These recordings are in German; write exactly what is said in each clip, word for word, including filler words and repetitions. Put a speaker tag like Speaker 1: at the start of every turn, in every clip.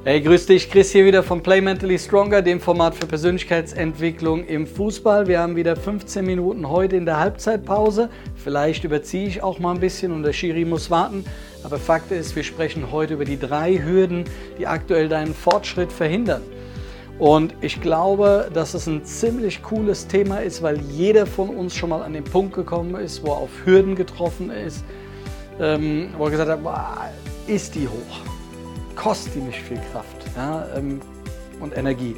Speaker 1: Hey, grüß dich, Chris hier wieder von Play Mentally Stronger, dem Format für Persönlichkeitsentwicklung im Fußball. Wir haben wieder fünfzehn Minuten heute in der Halbzeitpause. Vielleicht überziehe ich auch mal ein bisschen und der Schiri muss warten. Aber Fakt ist, wir sprechen heute über die drei Hürden, die aktuell deinen Fortschritt verhindern. Und ich glaube, dass es ein ziemlich cooles Thema ist, weil jeder von uns schon mal an den Punkt gekommen ist, wo er auf Hürden getroffen ist, ähm, wo er gesagt hat, boah, ist die hoch. Kostet die nicht viel Kraft, ja, ähm, und Energie.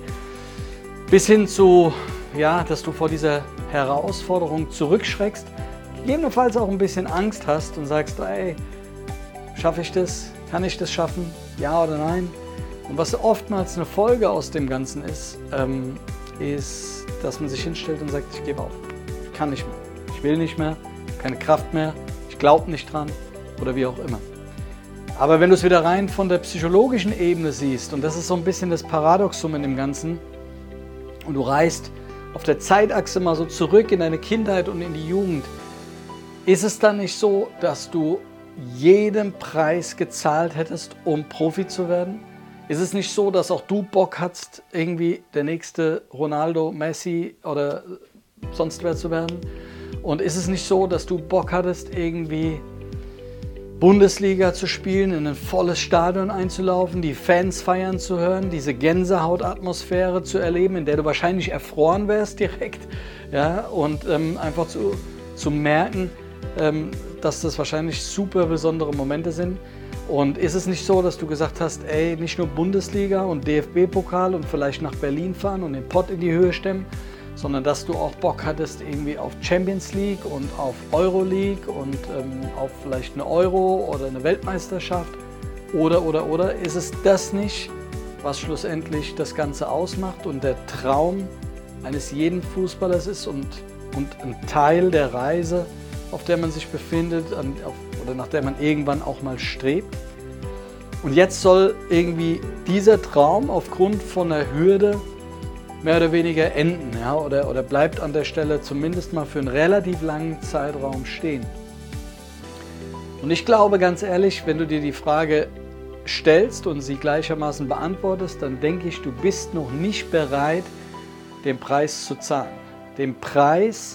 Speaker 1: Bis hin zu, ja, dass du vor dieser Herausforderung zurückschreckst, gegebenenfalls auch ein bisschen Angst hast und sagst, ey, schaffe ich das? Kann ich das schaffen? Ja oder nein? Und was oftmals eine Folge aus dem Ganzen ist, ähm, ist, dass man sich hinstellt und sagt, ich gebe auf. Ich kann nicht mehr. Ich will nicht mehr. Keine Kraft mehr. Ich glaube nicht dran. Oder wie auch immer. Aber wenn du es wieder rein von der psychologischen Ebene siehst, und das ist so ein bisschen das Paradoxum in dem Ganzen, und du reist auf der Zeitachse mal so zurück in deine Kindheit und in die Jugend, ist es dann nicht so, dass du jeden Preis gezahlt hättest, um Profi zu werden? Ist es nicht so, dass auch du Bock hast, irgendwie der nächste Ronaldo, Messi oder sonst wer zu werden? Und ist es nicht so, dass du Bock hattest, irgendwie Bundesliga zu spielen, in ein volles Stadion einzulaufen, die Fans feiern zu hören, diese Gänsehautatmosphäre zu erleben, in der du wahrscheinlich erfroren wärst direkt, ja, und ähm, einfach zu, zu merken, ähm, dass das wahrscheinlich super besondere Momente sind. Und ist es nicht so, dass du gesagt hast, ey, nicht nur Bundesliga und D F B-Pokal und vielleicht nach Berlin fahren und den Pott in die Höhe stemmen, sondern dass du auch Bock hattest irgendwie auf Champions League und auf Euroleague und ähm, auf vielleicht eine Euro oder eine Weltmeisterschaft oder, oder, oder. Ist es das nicht, was schlussendlich das Ganze ausmacht und der Traum eines jeden Fußballers ist und, und ein Teil der Reise, auf der man sich befindet an, auf, oder nach der man irgendwann auch mal strebt? Und jetzt soll irgendwie dieser Traum aufgrund von einer Hürde mehr oder weniger enden, ja, oder, oder bleibt an der Stelle zumindest mal für einen relativ langen Zeitraum stehen. Und ich glaube ganz ehrlich, wenn du dir die Frage stellst und sie gleichermaßen beantwortest, dann denke ich, du bist noch nicht bereit, den Preis zu zahlen. Den Preis,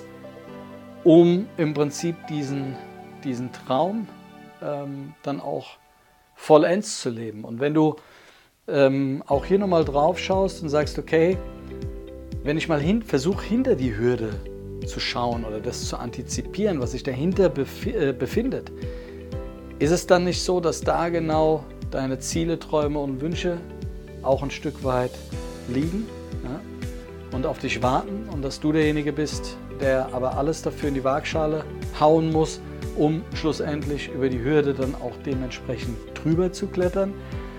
Speaker 1: um im Prinzip diesen, diesen Traum ähm, dann auch vollends zu leben. Und wenn du ähm, auch hier nochmal drauf schaust und sagst, okay, wenn ich mal hin, versuche, hinter die Hürde zu schauen oder das zu antizipieren, was sich dahinter bef äh, befindet, ist es dann nicht so, dass da genau deine Ziele, Träume und Wünsche auch ein Stück weit liegen, ja, und auf dich warten und dass du derjenige bist, der aber alles dafür in die Waagschale hauen muss, um schlussendlich über die Hürde dann auch dementsprechend drüber zu klettern?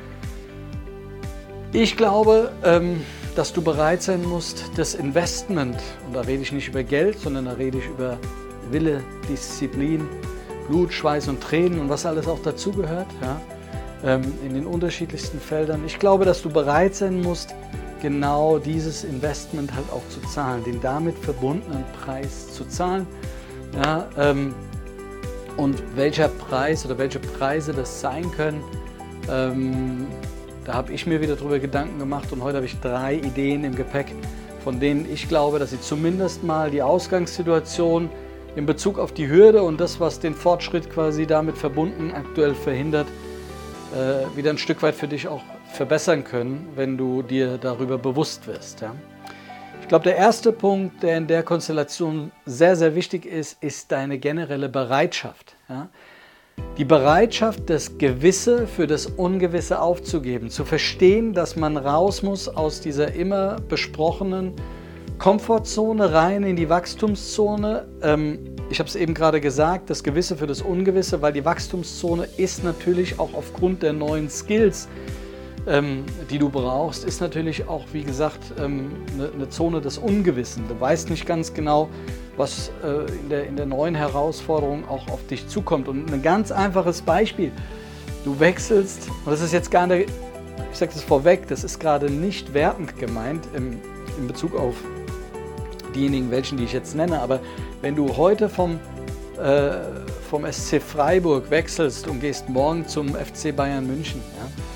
Speaker 1: Ich glaube, ähm, dass du bereit sein musst, das Investment, und da rede ich nicht über Geld, sondern da rede ich über Wille, Disziplin, Blut, Schweiß und Tränen und was alles auch dazugehört, ja, ähm, in den unterschiedlichsten Feldern. Ich glaube, dass du bereit sein musst, genau dieses Investment halt auch zu zahlen, den damit verbundenen Preis zu zahlen. Ja, ähm, und welcher Preis oder welche Preise das sein können, ähm, da habe ich mir wieder drüber Gedanken gemacht und heute habe ich drei Ideen im Gepäck, von denen ich glaube, dass sie zumindest mal die Ausgangssituation in Bezug auf die Hürde und das, was den Fortschritt quasi damit verbunden aktuell verhindert, äh, wieder ein Stück weit für dich auch verbessern können, wenn du dir darüber bewusst wirst. Ja? Ich glaube, der erste Punkt, der in der Konstellation sehr, sehr wichtig ist, ist deine generelle Bereitschaft. Ja? Die Bereitschaft, das Gewisse für das Ungewisse aufzugeben, zu verstehen, dass man raus muss aus dieser immer besprochenen Komfortzone rein in die Wachstumszone. Ähm, ich habe es eben gerade gesagt, das Gewisse für das Ungewisse, weil die Wachstumszone ist natürlich auch aufgrund der neuen Skills, ähm, die du brauchst, ist natürlich auch, wie gesagt, ähm, eine, eine Zone des Ungewissen. Du weißt nicht ganz genau, was äh, in, der, in der neuen Herausforderung auch auf dich zukommt. Und ein ganz einfaches Beispiel, du wechselst, und das ist jetzt gar nicht, ich sage das vorweg, das ist gerade nicht wertend gemeint im, in Bezug auf diejenigen, welchen, die ich jetzt nenne, aber wenn du heute vom, äh, vom S C Freiburg wechselst und gehst morgen zum F C Bayern München, ja,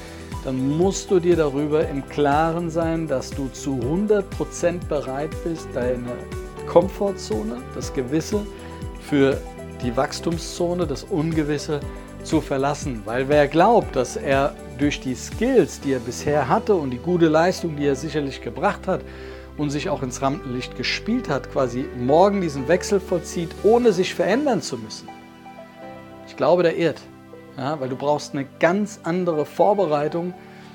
Speaker 1: dann musst du dir darüber im Klaren sein, dass du zu hundert Prozent bereit bist, deine Komfortzone, das Gewisse, für die Wachstumszone, das Ungewisse zu verlassen. Weil wer glaubt, dass er durch die Skills, die er bisher hatte und die gute Leistung, die er sicherlich gebracht hat und sich auch ins Rampenlicht gespielt hat, quasi morgen diesen Wechsel vollzieht, ohne sich verändern zu müssen. Ich glaube, der irrt. Ja, weil du brauchst eine ganz andere Vorbereitung,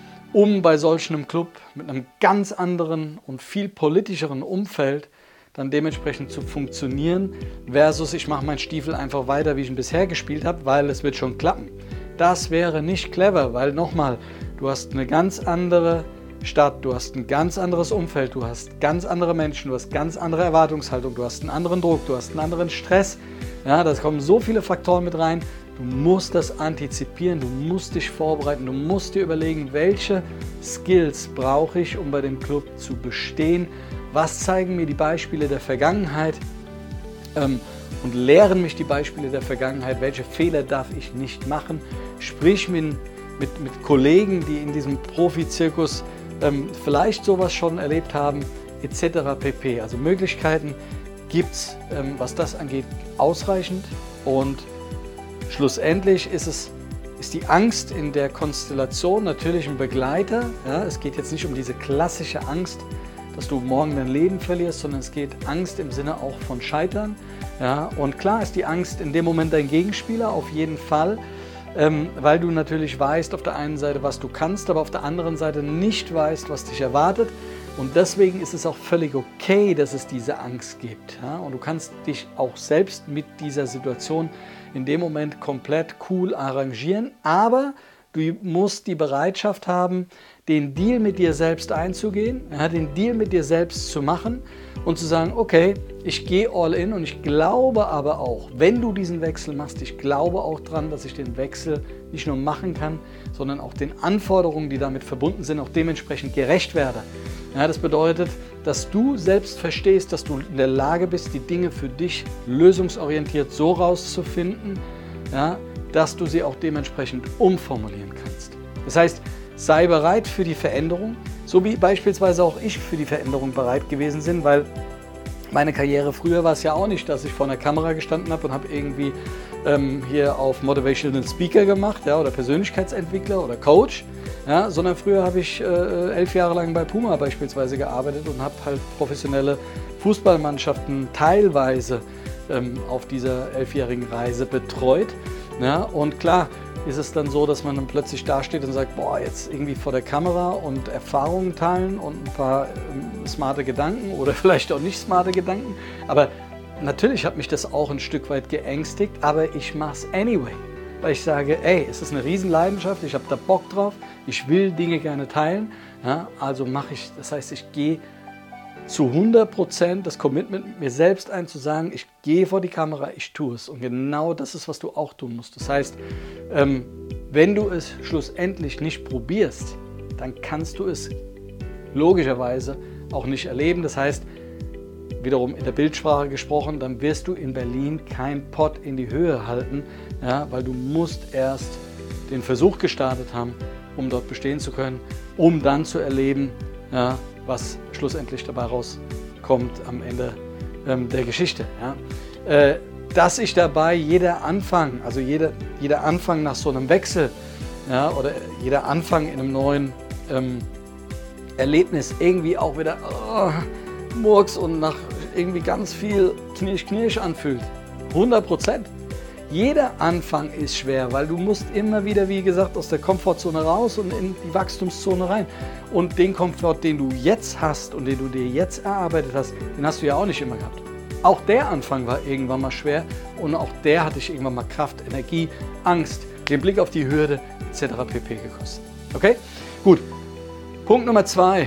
Speaker 1: um bei solch einem Club mit einem ganz anderen und viel politischeren Umfeld dann dementsprechend zu funktionieren, versus ich mache meinen Stiefel einfach weiter, wie ich ihn bisher gespielt habe, weil es wird schon klappen. Das wäre nicht clever, weil nochmal, du hast eine ganz andere Stadt, du hast ein ganz anderes Umfeld, du hast ganz andere Menschen, du hast ganz andere Erwartungshaltung, du hast einen anderen Druck, du hast einen anderen Stress. Ja, da kommen so viele Faktoren mit rein. Du musst das antizipieren, du musst dich vorbereiten, du musst dir überlegen, welche Skills brauche ich, um bei dem Club zu bestehen. Was zeigen mir die Beispiele der Vergangenheit ähm, und lehren mich die Beispiele der Vergangenheit, welche Fehler darf ich nicht machen. Sprich mit, mit, mit Kollegen, die in diesem Profizirkus ähm, vielleicht sowas schon erlebt haben, et cetera pp. Also Möglichkeiten gibt es, ähm, was das angeht, ausreichend, und schlussendlich ist es ist die Angst in der Konstellation natürlich ein Begleiter. Ja, es geht jetzt nicht um diese klassische Angst, dass du morgen dein Leben verlierst, sondern es geht Angst im Sinne auch von Scheitern. Ja, und klar ist die Angst in dem Moment dein Gegenspieler, auf jeden Fall, ähm, weil du natürlich weißt auf der einen Seite, was du kannst, aber auf der anderen Seite nicht weißt, was dich erwartet. Und deswegen ist es auch völlig okay, dass es diese Angst gibt. Ja? Und du kannst dich auch selbst mit dieser Situation in dem Moment komplett cool arrangieren, aber du musst die Bereitschaft haben, den Deal mit dir selbst einzugehen, ja, den Deal mit dir selbst zu machen und zu sagen, okay, ich gehe all in, und ich glaube aber auch, wenn du diesen Wechsel machst, ich glaube auch dran, dass ich den Wechsel nicht nur machen kann, sondern auch den Anforderungen, die damit verbunden sind, auch dementsprechend gerecht werde. Ja, das bedeutet, dass du selbst verstehst, dass du in der Lage bist, die Dinge für dich lösungsorientiert so rauszufinden, ja, dass du sie auch dementsprechend umformulieren kannst. Das heißt, sei bereit für die Veränderung, so wie beispielsweise auch ich für die Veränderung bereit gewesen bin, weil meine Karriere früher war es ja auch nicht, dass ich vor einer Kamera gestanden habe und habe irgendwie ähm, hier auf Motivational Speaker gemacht, ja, oder Persönlichkeitsentwickler oder Coach, ja, sondern früher habe ich äh, elf Jahre lang bei Puma beispielsweise gearbeitet und habe halt professionelle Fußballmannschaften teilweise ähm, auf dieser elfjährigen Reise betreut. Ja, und klar ist es dann so, dass man dann plötzlich dasteht und sagt, boah, jetzt irgendwie vor der Kamera und Erfahrungen teilen und ein paar ähm, smarte Gedanken oder vielleicht auch nicht smarte Gedanken. Aber natürlich hat mich das auch ein Stück weit geängstigt, aber ich mache es anyway. Weil ich sage, ey, es ist eine Riesenleidenschaft, ich habe da Bock drauf, ich will Dinge gerne teilen, ja, also mache ich, das heißt, ich gehe zu hundert Prozent das Commitment mit mir selbst ein, zu sagen, ich gehe vor die Kamera, ich tue es. Und genau das ist, was du auch tun musst. Das heißt, ähm, wenn du es schlussendlich nicht probierst, dann kannst du es logischerweise auch nicht erleben. Das heißt, wiederum in der Bildsprache gesprochen, dann wirst du in Berlin kein Pott in die Höhe halten, ja, weil du musst erst den Versuch gestartet haben, um dort bestehen zu können, um dann zu erleben, ja, was schlussendlich dabei rauskommt am Ende ähm, der Geschichte. Ja. Äh, dass ich dabei jeder Anfang, also jeder, jeder Anfang nach so einem Wechsel, ja, oder jeder Anfang in einem neuen ähm, Erlebnis irgendwie auch wieder oh, Murks und nach irgendwie ganz viel Knirsch-Knirsch anfühlt. hundert Prozent. Jeder Anfang ist schwer, weil du musst immer wieder, wie gesagt, aus der Komfortzone raus und in die Wachstumszone rein. Und den Komfort, den du jetzt hast und den du dir jetzt erarbeitet hast, den hast du ja auch nicht immer gehabt. Auch der Anfang war irgendwann mal schwer und auch der hatte dich irgendwann mal Kraft, Energie, Angst, den Blick auf die Hürde et cetera pp. Gekostet. Okay? Gut. Punkt Nummer zwei.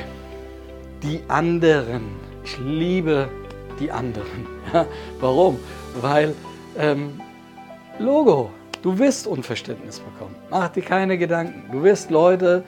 Speaker 1: Die anderen. Ich liebe die anderen. Ja, warum? Weil ähm, Logo, du wirst Unverständnis bekommen. Mach dir keine Gedanken. Du wirst Leute,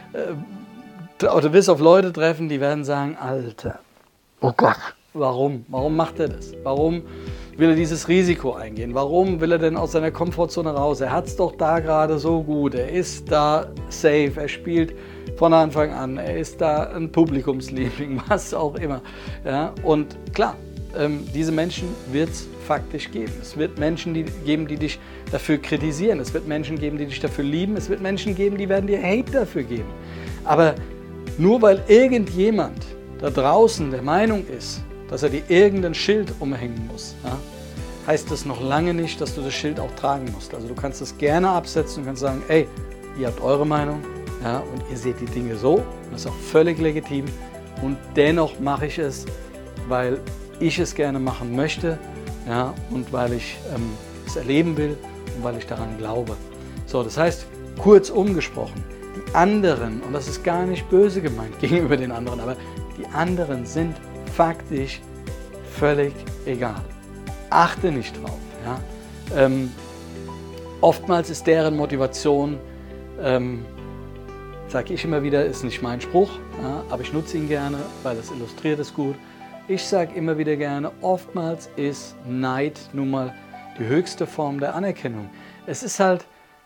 Speaker 1: äh, oder wirst auf Leute treffen, die werden sagen, Alter, oh Gott, warum? Warum macht er das? Warum will er dieses Risiko eingehen? Warum will er denn aus seiner Komfortzone raus? Er hat es doch da gerade so gut, er ist da safe, er spielt von Anfang an, er ist da ein Publikumsliebling, was auch immer. Ja? Und klar, ähm, diese Menschen wird es faktisch geben. Es wird Menschen die, geben, die dich dafür kritisieren, es wird Menschen geben, die dich dafür lieben, es wird Menschen geben, die werden dir Hate dafür geben. Aber nur weil irgendjemand da draußen der Meinung ist, dass er dir irgendein Schild umhängen muss, ja, heißt das noch lange nicht, dass du das Schild auch tragen musst. Also du kannst es gerne absetzen und kannst sagen, ey, ihr habt eure Meinung, ja, und ihr seht die Dinge so, das ist auch völlig legitim und dennoch mache ich es, weil ich es gerne machen möchte, ja, und weil ich ähm, es erleben will und weil ich daran glaube. So, das heißt, kurz umgesprochen, die anderen, und das ist gar nicht böse gemeint gegenüber den anderen, aber die anderen sind faktisch völlig egal. Achte nicht drauf. Ja? Ähm, oftmals ist deren Motivation, ähm, sage ich immer wieder, ist nicht mein Spruch, ja, aber ich nutze ihn gerne, weil es illustriert es gut. Ich sage immer wieder gerne, oftmals ist Neid nun mal die höchste Form der Anerkennung. Es ist halt,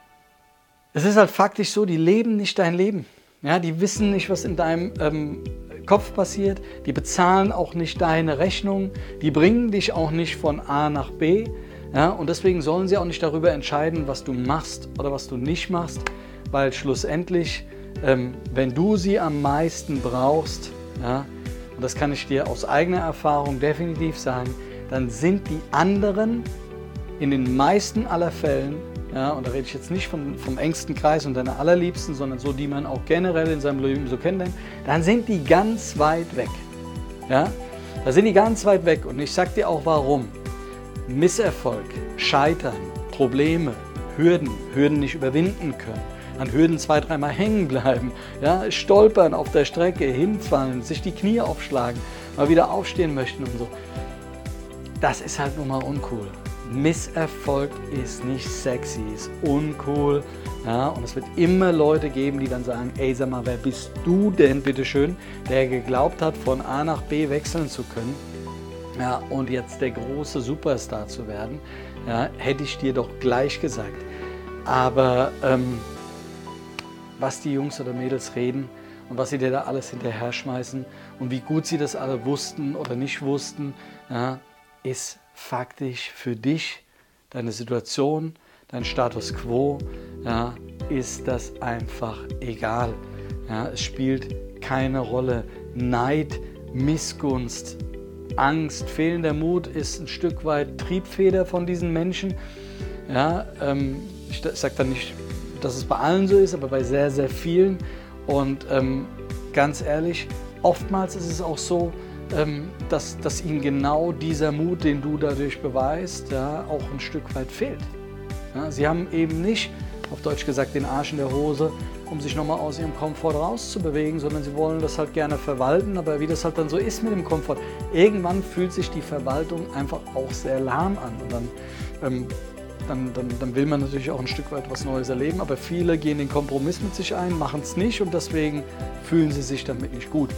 Speaker 1: es ist halt faktisch so, die leben nicht dein Leben. Ja, die wissen nicht, was in deinem ähm, Kopf passiert, die bezahlen auch nicht deine Rechnung, die bringen dich auch nicht von A nach B, ja, und deswegen sollen sie auch nicht darüber entscheiden, was du machst oder was du nicht machst, weil schlussendlich, ähm, wenn du sie am meisten brauchst, ja, und das kann ich dir aus eigener Erfahrung definitiv sagen, dann sind die anderen in den meisten aller Fällen, ja, und da rede ich jetzt nicht von, vom engsten Kreis und deiner Allerliebsten, sondern so, die man auch generell in seinem Leben so kennenlernt, dann sind die ganz weit weg. Ja? Da sind die ganz weit weg und ich sage dir auch warum. Misserfolg, Scheitern, Probleme, Hürden, Hürden nicht überwinden können, an Hürden zwei, dreimal hängen bleiben, ja? Stolpern auf der Strecke, hinfallen, sich die Knie aufschlagen, mal wieder aufstehen möchten und so. Das ist halt nun mal uncool. Misserfolg ist nicht sexy, ist uncool, ja, und es wird immer Leute geben, die dann sagen, ey, sag mal, wer bist du denn, bitteschön, der geglaubt hat, von A nach B wechseln zu können, ja, und jetzt der große Superstar zu werden, ja, hätte ich dir doch gleich gesagt. Aber ähm, was die Jungs oder Mädels reden und was sie dir da alles hinterher schmeißen und wie gut sie das alle wussten oder nicht wussten, ja, ist faktisch für dich, deine Situation, dein Status quo, ja, ist das einfach egal. Ja, es spielt keine Rolle. Neid, Missgunst, Angst, fehlender Mut ist ein Stück weit Triebfeder von diesen Menschen. Ja, ähm, ich sage dann nicht, dass es bei allen so ist, aber bei sehr, sehr vielen. Und ähm, ganz ehrlich, oftmals ist es auch so, Dass, dass ihnen genau dieser Mut, den du dadurch beweist, ja, auch ein Stück weit fehlt. Ja, sie haben eben nicht, auf Deutsch gesagt, den Arsch in der Hose, um sich nochmal aus ihrem Komfort rauszubewegen, sondern sie wollen das halt gerne verwalten, aber wie das halt dann so ist mit dem Komfort, irgendwann fühlt sich die Verwaltung einfach auch sehr lahm an und dann, ähm, dann, dann, dann will man natürlich auch ein Stück weit was Neues erleben, aber viele gehen den Kompromiss mit sich ein, machen es nicht und deswegen fühlen sie sich damit nicht gut.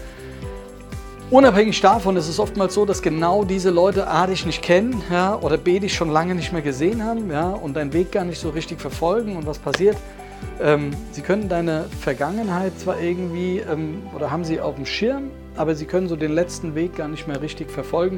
Speaker 1: Unabhängig davon ist es oftmals so, dass genau diese Leute A, dich nicht kennen, ja, oder B, dich schon lange nicht mehr gesehen haben, ja, und deinen Weg gar nicht so richtig verfolgen. Und was passiert? Ähm, sie können deine Vergangenheit zwar irgendwie, ähm, oder haben sie auf dem Schirm, aber sie können so den letzten Weg gar nicht mehr richtig verfolgen.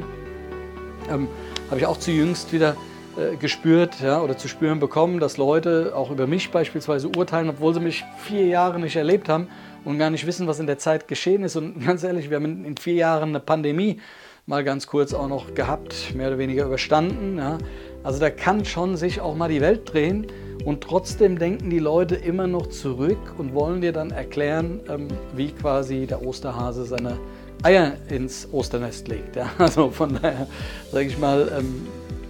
Speaker 1: Ähm, habe ich auch zu jüngst wieder äh, gespürt, ja, oder zu spüren bekommen, dass Leute auch über mich beispielsweise urteilen, obwohl sie mich vier Jahre nicht erlebt haben und gar nicht wissen, was in der Zeit geschehen ist. Und ganz ehrlich, wir haben in vier Jahren eine Pandemie mal ganz kurz auch noch gehabt, mehr oder weniger überstanden. Ja. Also da kann schon sich auch mal die Welt drehen und trotzdem denken die Leute immer noch zurück und wollen dir dann erklären, ähm, wie quasi der Osterhase seine Eier ins Osternest legt. Ja. Also von daher, sage ich mal, ähm,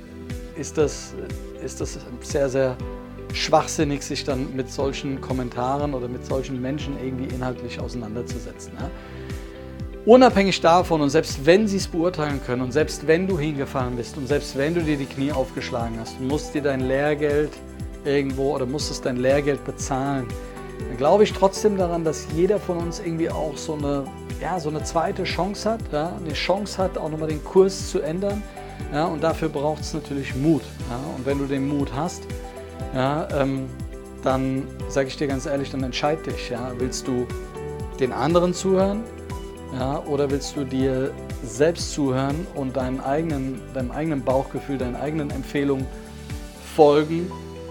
Speaker 1: ist das, ist das sehr, sehr schwachsinnig, sich dann mit solchen Kommentaren oder mit solchen Menschen irgendwie inhaltlich auseinanderzusetzen. Ja? Unabhängig davon und selbst wenn sie es beurteilen können und selbst wenn du hingefallen bist und selbst wenn du dir die Knie aufgeschlagen hast, du musst dir dein Lehrgeld irgendwo oder musstest dein Lehrgeld bezahlen, dann glaube ich trotzdem daran, dass jeder von uns irgendwie auch so eine, ja, so eine zweite Chance hat, ja? Eine Chance hat, auch nochmal den Kurs zu ändern. Ja, und dafür braucht es natürlich Mut. Ja, und wenn du den Mut hast, ja, ähm, dann sage ich dir ganz ehrlich, dann entscheid dich. Ja, willst du den anderen zuhören, ja, oder willst du dir selbst zuhören und deinen eigenen, deinem eigenen Bauchgefühl, deinen eigenen Empfehlungen folgen?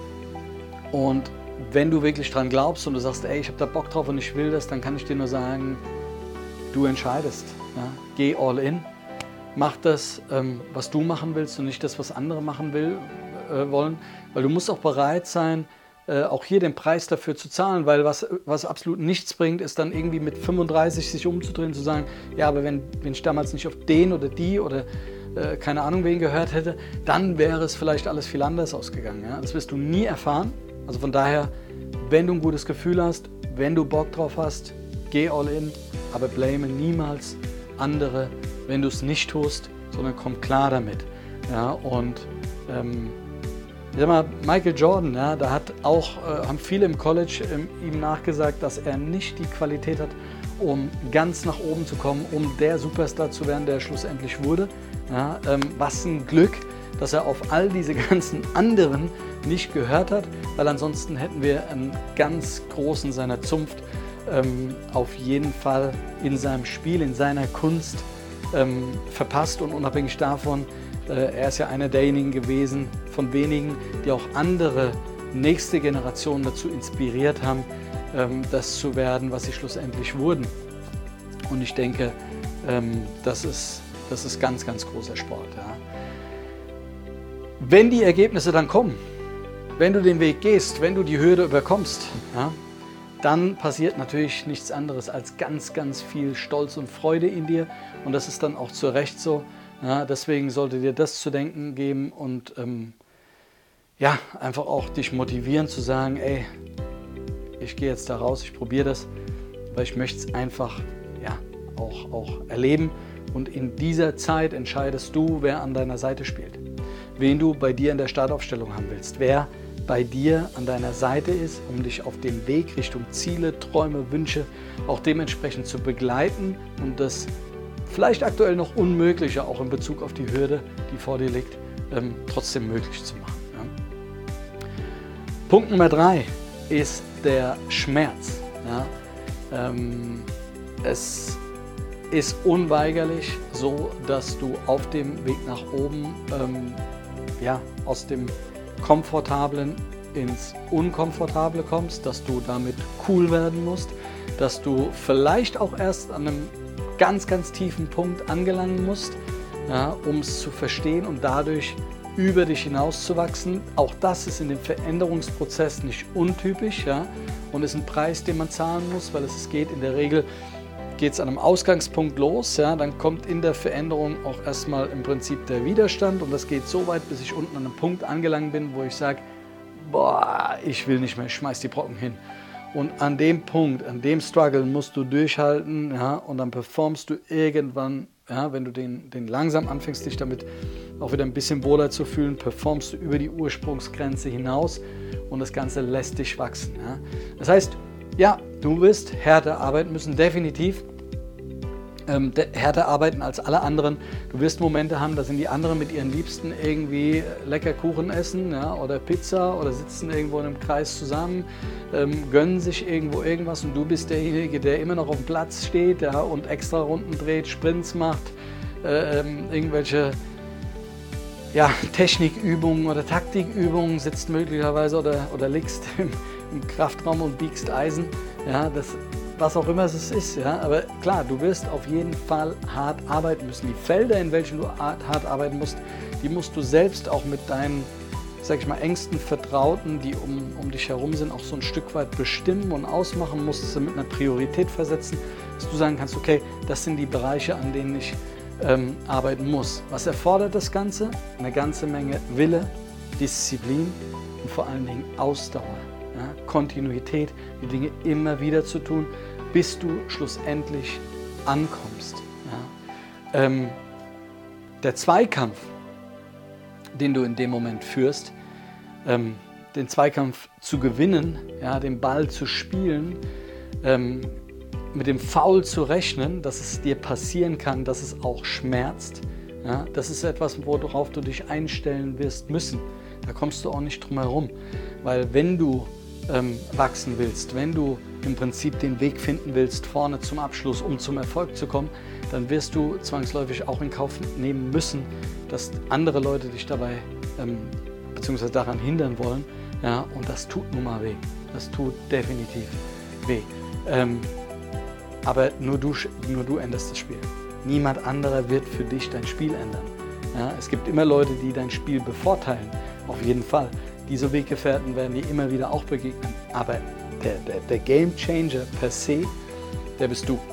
Speaker 1: Und wenn du wirklich dran glaubst und du sagst, ey, ich habe da Bock drauf und ich will das, dann kann ich dir nur sagen, du entscheidest. Ja? Geh all in, mach das, ähm, was du machen willst und nicht das, was andere machen will, äh, wollen. Weil du musst auch bereit sein, äh, auch hier den Preis dafür zu zahlen, weil was, was absolut nichts bringt, ist dann irgendwie mit fünfunddreißig sich umzudrehen, zu sagen, ja, aber wenn, wenn ich damals nicht auf den oder die oder äh, keine Ahnung wen gehört hätte, dann wäre es vielleicht alles viel anders ausgegangen. Ja? Das wirst du nie erfahren. Also von daher, wenn du ein gutes Gefühl hast, wenn du Bock drauf hast, geh all in, aber blame niemals andere, wenn du es nicht tust, sondern komm klar damit. Ja, und ähm, ich sag mal, Michael Jordan, ja, da hat auch, äh, haben viele im College ähm, ihm nachgesagt, dass er nicht die Qualität hat, um ganz nach oben zu kommen, um der Superstar zu werden, der er schlussendlich wurde. Ja, ähm, was ein Glück, dass er auf all diese ganzen anderen nicht gehört hat, weil ansonsten hätten wir einen ganz großen seiner Zunft ähm, auf jeden Fall in seinem Spiel, in seiner Kunst ähm, verpasst. Und unabhängig davon, äh, er ist ja einer derjenigen gewesen, von wenigen, die auch andere nächste Generationen dazu inspiriert haben, ähm, das zu werden, was sie schlussendlich wurden. Und ich denke, ähm, das ist, das ist ganz, ganz großer Sport. Ja. Wenn die Ergebnisse dann kommen, wenn du den Weg gehst, wenn du die Hürde überkommst, ja, dann passiert natürlich nichts anderes als ganz, ganz viel Stolz und Freude in dir. Und das ist dann auch zu Recht so. Ja, deswegen sollte dir das zu denken geben und ähm, ja, einfach auch dich motivieren zu sagen, ey, ich gehe jetzt da raus, ich probiere das, weil ich möchte es einfach ja, auch, auch erleben. Und in dieser Zeit entscheidest du, wer an deiner Seite spielt, wen du bei dir in der Startaufstellung haben willst, wer bei dir an deiner Seite ist, um dich auf dem Weg Richtung Ziele, Träume, Wünsche auch dementsprechend zu begleiten und das vielleicht aktuell noch Unmögliche, auch in Bezug auf die Hürde, die vor dir liegt, ähm, trotzdem möglich zu machen. Ja. Punkt Nummer drei ist der Schmerz. Ja. Ähm, es ist unweigerlich so, dass du auf dem Weg nach oben ähm, ja, aus dem Komfortablen ins Unkomfortable kommst, dass du damit cool werden musst, dass du vielleicht auch erst an einem ganz, ganz tiefen Punkt angelangen musst, ja, um es zu verstehen und dadurch über dich hinauszuwachsen. Auch das ist in dem Veränderungsprozess nicht untypisch, ja, und ist ein Preis, den man zahlen muss, weil es geht in der Regel geht es an einem Ausgangspunkt los, ja, dann kommt in der Veränderung auch erstmal im Prinzip der Widerstand und das geht so weit, bis ich unten an einem Punkt angelangt bin, wo ich sage, boah, ich will nicht mehr, ich schmeiß die Brocken hin. Und an dem Punkt, an dem Struggle musst du durchhalten, ja, und dann performst du irgendwann, ja, wenn du den, den langsam anfängst, dich damit auch wieder ein bisschen wohler zu fühlen, performst du über die Ursprungsgrenze hinaus und das Ganze lässt dich wachsen. Ja. Das heißt, ja, du wirst härter arbeiten müssen, definitiv. Ähm, de- härter arbeiten als alle anderen. Du wirst Momente haben, da sind die anderen mit ihren Liebsten irgendwie lecker Kuchen essen, ja, oder Pizza oder sitzen irgendwo in einem Kreis zusammen, ähm, gönnen sich irgendwo irgendwas und du bist derjenige, der immer noch auf dem Platz steht, ja, und extra Runden dreht, Sprints macht, äh, ähm, irgendwelche ja, Technikübungen oder Taktikübungen, sitzt möglicherweise oder, oder liegst im, im Kraftraum und biegst Eisen, ja, das, was auch immer es ist. Ja, aber klar, du wirst auf jeden Fall hart arbeiten müssen. Die Felder, in welchen du hart arbeiten musst, die musst du selbst auch mit deinen, sag ich mal, engsten Vertrauten, die um, um dich herum sind, auch so ein Stück weit bestimmen und ausmachen musst, sie mit einer Priorität versetzen, dass du sagen kannst, okay, das sind die Bereiche, an denen ich ähm, arbeiten muss. Was erfordert das Ganze? Eine ganze Menge Wille, Disziplin und vor allen Dingen Ausdauer. Ja, Kontinuität, die Dinge immer wieder zu tun, bis du schlussendlich ankommst. Ja. Ähm, der Zweikampf, den du in dem Moment führst, ähm, den Zweikampf zu gewinnen, ja, den Ball zu spielen, ähm, mit dem Foul zu rechnen, dass es dir passieren kann, dass es auch schmerzt, Ja, das ist etwas, worauf du dich einstellen wirst müssen. Da kommst du auch nicht drum herum, weil wenn du ähm, wachsen willst, wenn du im Prinzip den Weg finden willst, vorne zum Abschluss, um zum Erfolg zu kommen, dann wirst du zwangsläufig auch in Kauf nehmen müssen, dass andere Leute dich dabei ähm, bzw. daran hindern wollen. Ja, und das tut nun mal weh. Das tut definitiv weh. Ähm, aber nur du, nur du änderst das Spiel. Niemand anderer wird für dich dein Spiel ändern. Ja, es gibt immer Leute, die dein Spiel bevorteilen, auf jeden Fall. Diese Weggefährten werden dir immer wieder auch begegnen. Aber der, der, der Game Changer per se, der bist du.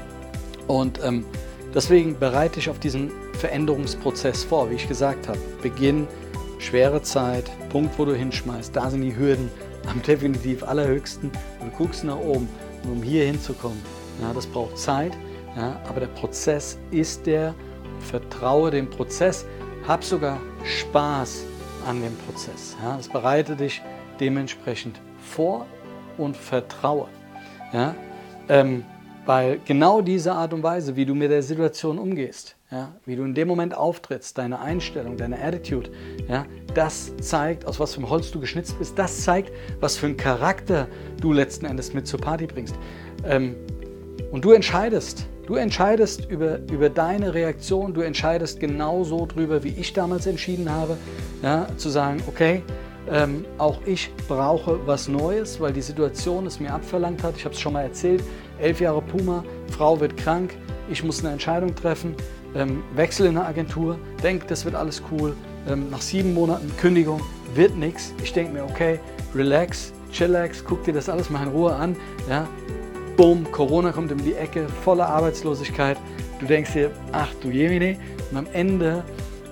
Speaker 1: Und ähm, deswegen bereite dich auf diesen Veränderungsprozess vor, wie ich gesagt habe. Beginn, schwere Zeit, Punkt, wo du hinschmeißt, da sind die Hürden am definitiv allerhöchsten. Und du guckst nach oben, und um hier hinzukommen, ja, das braucht Zeit. Ja, aber der Prozess ist der, vertraue dem Prozess, hab sogar Spaß an dem Prozess. Ja, das bereite dich dementsprechend vor und vertraue. Ja, ähm, weil genau diese Art und Weise, wie du mit der Situation umgehst, ja, wie du in dem Moment auftrittst, deine Einstellung, deine Attitude, ja, das zeigt, aus was für einem Holz du geschnitzt bist, das zeigt, was für einen Charakter du letzten Endes mit zur Party bringst. Ähm, und du entscheidest, Du entscheidest über, über deine Reaktion, du entscheidest genauso drüber, wie ich damals entschieden habe, ja, zu sagen, okay, ähm, auch ich brauche was Neues, weil die Situation es mir abverlangt hat. Ich habe es schon mal erzählt, elf Jahre Puma, Frau wird krank, ich muss eine Entscheidung treffen, ähm, wechsle in eine Agentur, denke, das wird alles cool, ähm, nach sieben Monaten Kündigung wird nichts. Ich denke mir, okay, relax, chillax, guck dir das alles mal in Ruhe an, ja. Boom, Corona kommt um die Ecke, volle Arbeitslosigkeit. Du denkst dir, ach du Jemine, und am Ende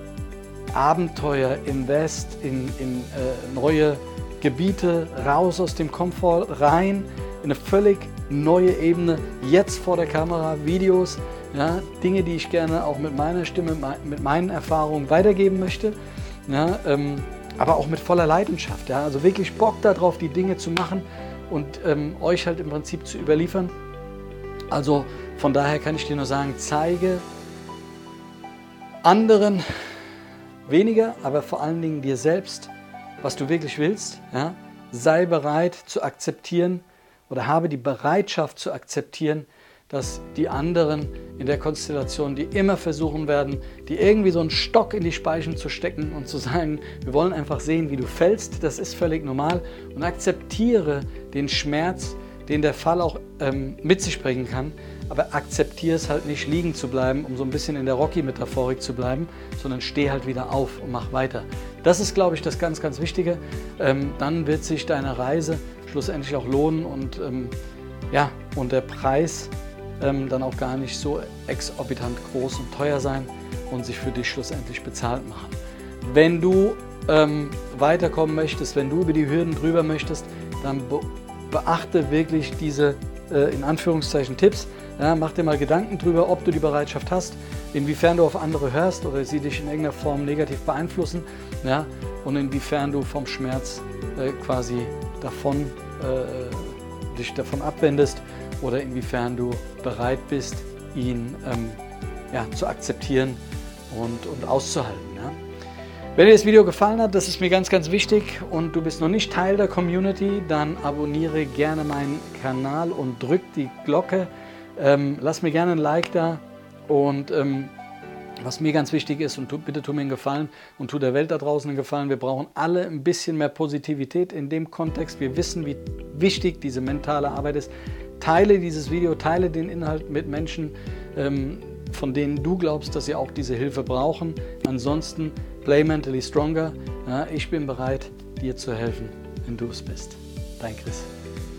Speaker 1: Abenteuer, Invest in, in äh, neue Gebiete, raus aus dem Komfort, rein in eine völlig neue Ebene, jetzt vor der Kamera, Videos, ja, Dinge, die ich gerne auch mit meiner Stimme, mit meinen Erfahrungen weitergeben möchte, ja, ähm, aber auch mit voller Leidenschaft, ja, also wirklich Bock darauf, die Dinge zu machen und ähm, euch halt im Prinzip zu überliefern. Also von daher kann ich dir nur sagen, zeige anderen weniger, aber vor allen Dingen dir selbst, was du wirklich willst. Ja? Sei bereit zu akzeptieren oder habe die Bereitschaft zu akzeptieren, dass die anderen in der Konstellation, die immer versuchen werden, die irgendwie so einen Stock in die Speichen zu stecken und zu sagen, wir wollen einfach sehen, wie du fällst, das ist völlig normal, und akzeptiere den Schmerz, den der Fall auch ähm, mit sich bringen kann, aber akzeptiere es halt nicht, liegen zu bleiben, um so ein bisschen in der Rocky-Metaphorik zu bleiben, sondern steh halt wieder auf und mach weiter. Das ist, glaube ich, das ganz, ganz Wichtige. Ähm, dann wird sich deine Reise schlussendlich auch lohnen und, ähm, ja, und der Preis ähm, dann auch gar nicht so exorbitant groß und teuer sein und sich für dich schlussendlich bezahlt machen. Wenn du ähm, weiterkommen möchtest, wenn du über die Hürden drüber möchtest, dann be beachte wirklich diese äh, in Anführungszeichen Tipps. Ja, mach dir mal Gedanken drüber, ob du die Bereitschaft hast, inwiefern du auf andere hörst oder sie dich in irgendeiner Form negativ beeinflussen, ja, und inwiefern du vom Schmerz äh, quasi davon, äh, dich davon abwendest oder inwiefern du bereit bist, ihn ähm, ja, zu akzeptieren und, und auszuhalten. Ja. Wenn dir das Video gefallen hat, das ist mir ganz, ganz wichtig, und du bist noch nicht Teil der Community, dann abonniere gerne meinen Kanal und drück die Glocke. Ähm, lass mir gerne ein Like da, und ähm, was mir ganz wichtig ist, und tu, bitte tu mir einen Gefallen und tu der Welt da draußen einen Gefallen, wir brauchen alle ein bisschen mehr Positivität in dem Kontext. Wir wissen, wie wichtig diese mentale Arbeit ist. Teile dieses Video, teile den Inhalt mit Menschen, ähm, von denen du glaubst, dass sie auch diese Hilfe brauchen. Ansonsten, play mentally stronger. Ja, ich bin bereit, dir zu helfen, wenn du es bist. Dein Chris.